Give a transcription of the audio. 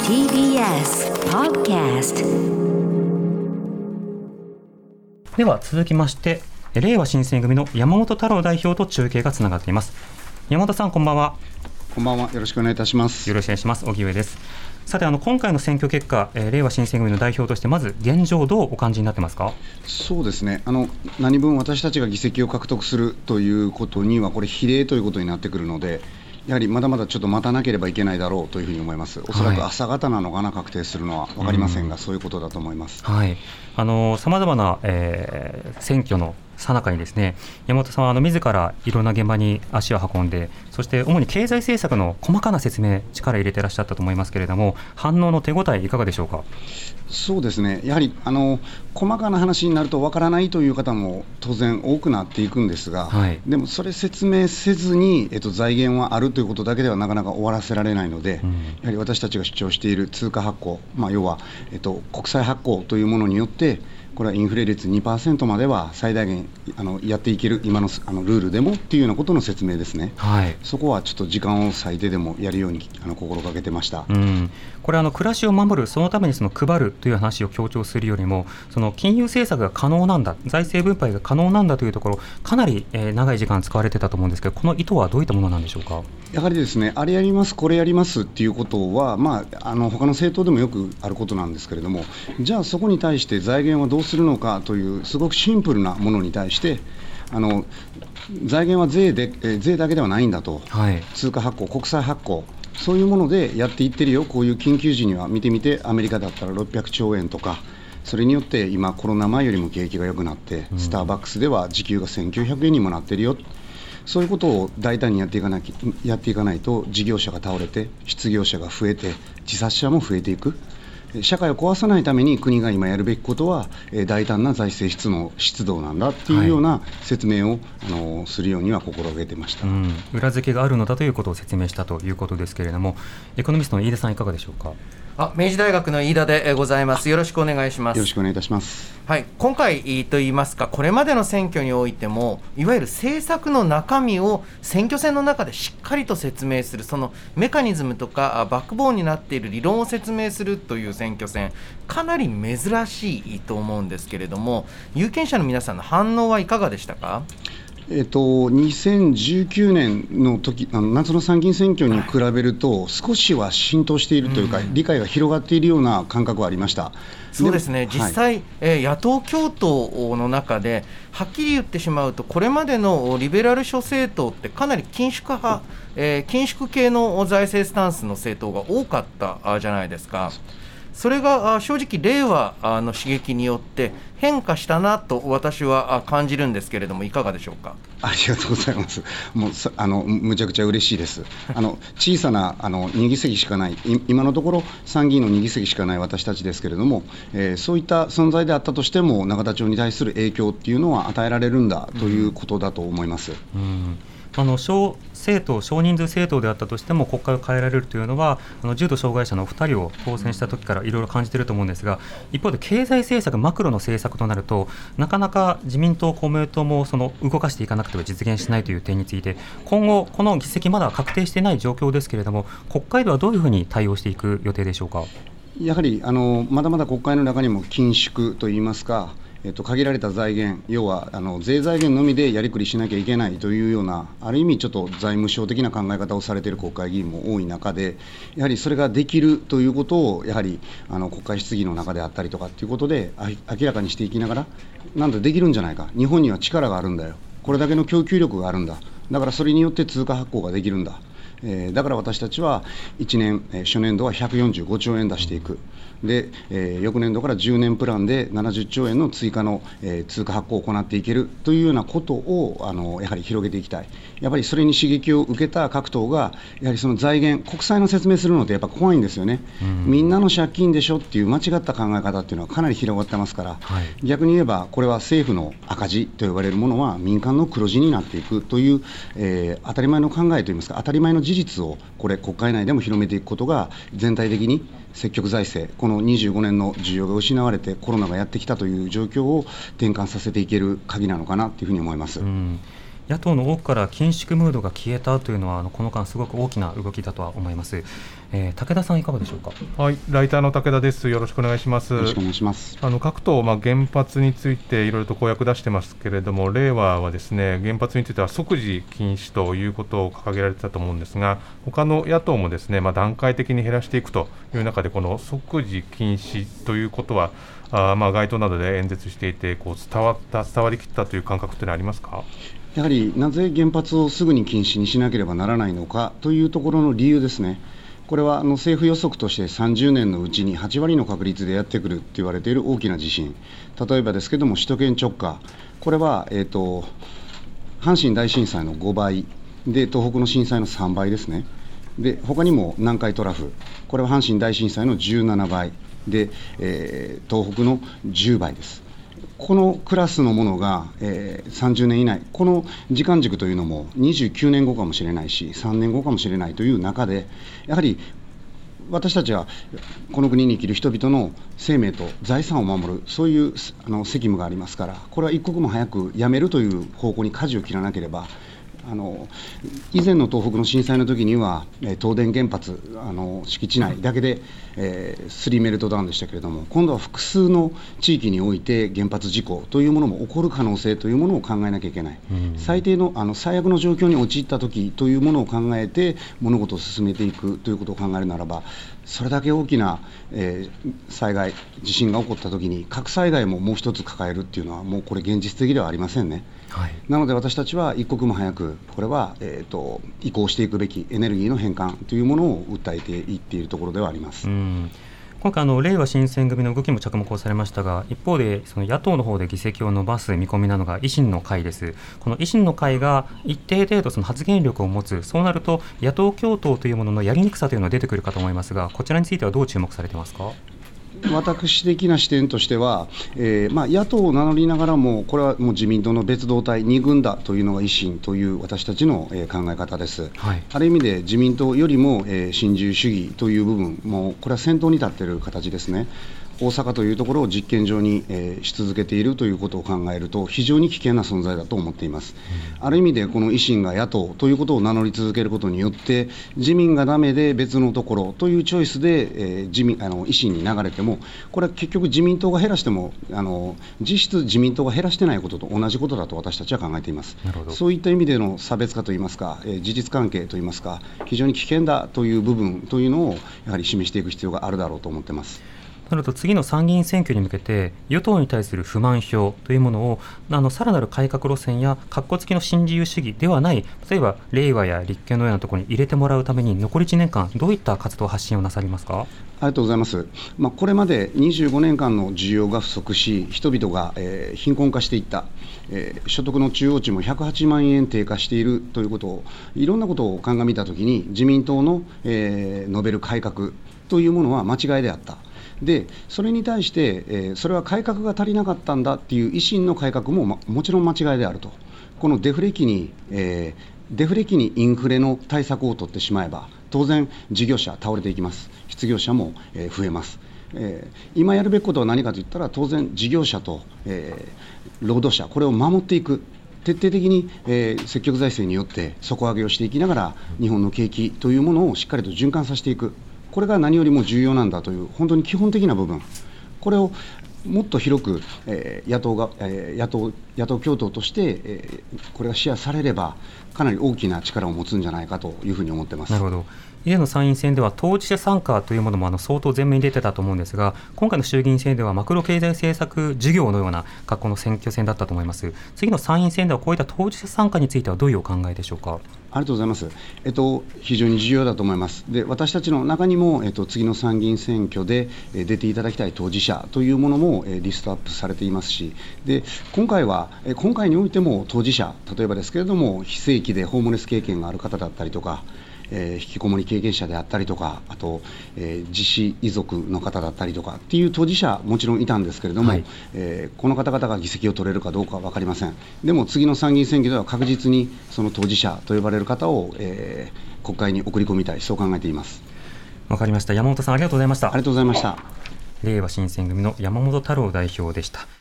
TBS Podcast。 では続きまして令和新選組の山本太郎代表と中継がつながっています。山本さん、こんばんは。 こんばんは、よろしくお願いいたします。 よろしくお願いします。荻上です。さて、今回の選挙結果、令和新選組の代表としてまず現状どうお感じになってますか？ そうですね、何分私たちが議席を獲得するということにはこれ比例ということになってくるので、やはりまだまだちょっと待たなければいけないだろうというふうに思います。おそらく朝方なのかな、確定するのは分かりませんが、そういうことだと思います。 はい、さまざまな、選挙の最中にですね、山本さんは自らいろんな現場に足を運んで、そして主に経済政策の細かな説明、力入れていらっしゃったと思いますけれども、反応の手応えいかがでしょうか？ そうですね、やはり細かな話になるとわからないという方も当然多くなっていくんですが、はい、でもそれ説明せずに、財源はあるということだけではなかなか終わらせられないので、やはり私たちが主張している通貨発行、要は、国債発行というものによって、これはインフレ率 2% までは最大限やっていける今のルールでもっていうようなことの説明ですね、はい、そこはちょっと時間を割いてでもやるように心がけてました。 これ暮らしを守る、そのために配るという話を強調するよりも、その金融政策が可能なんだ、財政分配が可能なんだというところ、かなり、長い時間使われてたと思うんですけど、この意図はどういったものなんでしょうか？ やはりですね、あれやります、これやりますっていうことは、他の政党でもよくあることなんですけれども、じゃあそこに対して財源はどうするのかというすごくシンプルなものに対して財源は税だけではないんだと、はい、通貨発行、国債発行、そういうものでやっていってるよ、こういう緊急時には見てみて、アメリカだったら600兆円とか、それによって今コロナ前よりも景気が良くなって、スターバックスでは時給が1900円にもなってるよ、そういうことを大胆にやっていかないと、事業者が倒れて失業者が増えて自殺者も増えていく。社会を壊さないために国が今やるべきことは、大胆な財政出動なんだっていうような説明を、するようには心がけてました。 裏付けがあるのだということを説明したということですけれども、エコノミストの飯田さん、いかがでしょうか？ 明治大学の飯田でございます。よろしくお願いします。 よろしくお願いいたします。 はい、今回といいますか、これまでの選挙においても、いわゆる政策の中身を選挙戦の中でしっかりと説明する、そのメカニズムとかバックボーンになっている理論を説明するという選挙戦、かなり珍しいと思うんですけれども、有権者の皆さんの反応はいかがでしたか ？2019年の時、夏の参議院選挙に比べると少しは浸透しているというか、理解が広がっているような感覚はありました。 そうですね、実際、野党共闘の中ではっきり言ってしまうと、これまでのリベラル諸政党ってかなり緊縮派、緊縮系の財政スタンスの政党が多かったじゃないですか。それが正直令和の刺激によって変化したなと私は感じるんですけれども、いかがでしょうか？ ありがとうございます。もうむちゃくちゃ嬉しいです。小さな2議席しかない、今のところ参議院の2議席しかない私たちですけれども、そういった存在であったとしても永田町に対する影響っていうのは与えられるんだということだと思います。 小政党、少人数政党であったとしても国会を変えられるというのは、重度障害者の2人を当選した時からいろいろ感じていると思うんですが、一方で経済政策、マクロの政策となると、なかなか自民党、公明党も動かしていかなくては実現しないという点について、今後この議席まだ確定していない状況ですけれども、国会ではどういうふうに対応していく予定でしょうか？ やはりまだまだ国会の中にも緊縮といいますか、限られた財源、要は税財源のみでやりくりしなきゃいけないというような、ある意味ちょっと財務省的な考え方をされている国会議員も多い中で、やはりそれができるということを、やはり国会質疑の中であったりとかということで明らかにしていきながら、なんとできるんじゃないか、日本には力があるんだよ、これだけの供給力があるんだ、だからそれによって通貨発行ができるんだ、だから私たちは1年、初年度は145兆円出していく。で、翌年度から10年プランで70兆円の追加の、通貨発行を行っていけるというようなことをやはり広げていきたい。やっぱりそれに刺激を受けた各党が、やはりその財源、国債の説明するのってやっぱ怖いんですよね。みんなの借金でしょっていう間違った考え方っていうのはかなり広がってますから、はい、逆に言えばこれは政府の赤字と呼ばれるものは民間の黒字になっていくという、当たり前の考えといいますか、当たり前の事実をこれ国会内でも広めていくことが、全体的に積極財政、この25年の需要が失われてコロナがやってきたという状況を転換させていける鍵なのかなというふうに思います。 野党の多くから緊縮ムードが消えたというのはこの間すごく大きな動きだとは思います。武田さんいかがでしょうか。 はい、ライターの武田です。よろしくお願いします。 よろしくお願いします。 各党、原発についていろいろと公約出してますけれども、令和はですね、原発については即時禁止ということを掲げられてたと思うんですが、他の野党もですね、段階的に減らしていくという中で、この即時禁止ということは街頭などで演説していて伝わりきったという感覚というのはありますか。 やはりなぜ原発をすぐに禁止にしなければならないのかというところの理由ですね。これは政府予測として30年のうちに8割の確率でやってくると言われている大きな地震、例えばですけども首都圏直下、これは、阪神大震災の5倍で東北の震災の3倍ですね。で他にも南海トラフ、これは阪神大震災の17倍で、東北の10倍です。このクラスのものが、30年以内、この時間軸というのも29年後かもしれないし3年後かもしれないという中で、やはり私たちはこの国に生きる人々の生命と財産を守る、そういう責務がありますから、これは一刻も早くやめるという方向に舵を切らなければ、以前の東北の震災の時には東電原発敷地内だけで、3メルトダウンでしたけれども、今度は複数の地域において原発事故というものも起こる可能性というものを考えなきゃいけない、最低の最悪の状況に陥った時というものを考えて物事を進めていくということを考えるならば、それだけ大きな、災害、地震が起こった時に核災害ももう一つ抱えるっていうのはもうこれ現実的ではありませんね。はい、なので私たちは一刻も早くこれは、移行していくべきエネルギーの変換というものを訴えていっているところではあります。 今回れいわ新選組の動きも着目をされましたが、一方でその野党の方で議席を伸ばす見込みなのが維新の会です。この維新の会が一定程度その発言力を持つ、そうなると野党共闘というもののやりにくさというのが出てくるかと思いますが、こちらについてはどう注目されてますか。 私的な視点としては、野党を名乗りながらも、これはもう自民党の別動隊2軍だというのが維新という私たちの考え方です。はい、ある意味で自民党よりも新自由主義という部分も、これは先頭に立っている形ですね。大阪というところを実験場にし続けているということを考えると、非常に危険な存在だと思っています。ある意味でこの維新が野党ということを名乗り続けることによって、自民がダメで別のところというチョイスで維新に流れても、これは結局自民党が減らしても実質自民党が減らしてないことと同じことだと私たちは考えています。そういった意味での差別化といいますか、事実関係といいますか、非常に危険だという部分というのをやはり示していく必要があるだろうと思っています。 なると次の参議院選挙に向けて与党に対する不満票というものをさらなる改革路線や括弧付きの新自由主義ではない、例えば令和や立憲のようなところに入れてもらうために残り1年間どういった活動発信をなさりますか。 ありがとうございます。これまで25年間の需要が不足し、人々が貧困化していった、所得の中央値も108万円低下しているということを、いろんなことを鑑みたときに自民党の、述べる改革というものは間違いであった。でそれに対して、それは改革が足りなかったんだっていう維新の改革も、もちろん間違いであると。このデフレ期にインフレの対策を取ってしまえば、当然事業者倒れていきます。失業者も、増えます。今やるべきことは何かといったら、当然事業者と、労働者、これを守っていく、徹底的に、積極財政によって底上げをしていきながら、日本の景気というものをしっかりと循環させていく、これが何よりも重要なんだという本当に基本的な部分、これをもっと広く、野党共闘として、これがシェアされればかなり大きな力を持つんじゃないかというふうに思っています。 なるほど。以前の参院選では当事者参加というものも相当前面に出てたと思うんですが、今回の衆議院選ではマクロ経済政策事業のような格好の選挙戦だったと思います。次の参院選ではこういった当事者参加についてはどういうお考えでしょうか。 ありがとうございます。非常に重要だと思います。で私たちの中にも、次の参議院選挙で出ていただきたい当事者というものもリストアップされていますし、で今回においても当事者、例えばですけれども非正規でホームレス経験がある方だったりとか、引きこもり経験者であったりとか、あと、自死遺族の方だったりとかっていう当事者もちろんいたんですけれども、はい、この方々が議席を取れるかどうかは分かりません。でも次の参議院選挙では確実にその当事者と呼ばれる方を、国会に送り込みたい、そう考えています。 分かりました。山本さん、ありがとうございました。 ありがとうございました。 令和新選組の山本太郎代表でした。